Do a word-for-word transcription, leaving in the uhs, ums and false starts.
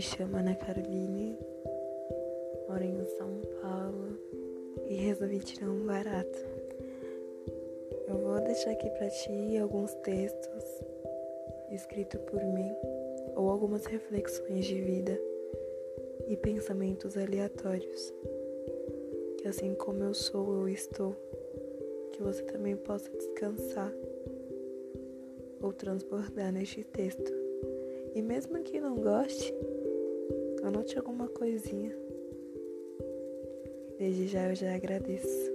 chamo Ana Caroline, moro em São Paulo e resolvi tirar um barato. Eu vou deixar aqui pra ti alguns textos escritos por mim ou algumas reflexões de vida e pensamentos aleatórios. Que assim como eu sou, eu estou, que você também possa descansar ou transbordar neste texto. E mesmo que não goste, anote alguma coisinha. Desde já eu já agradeço.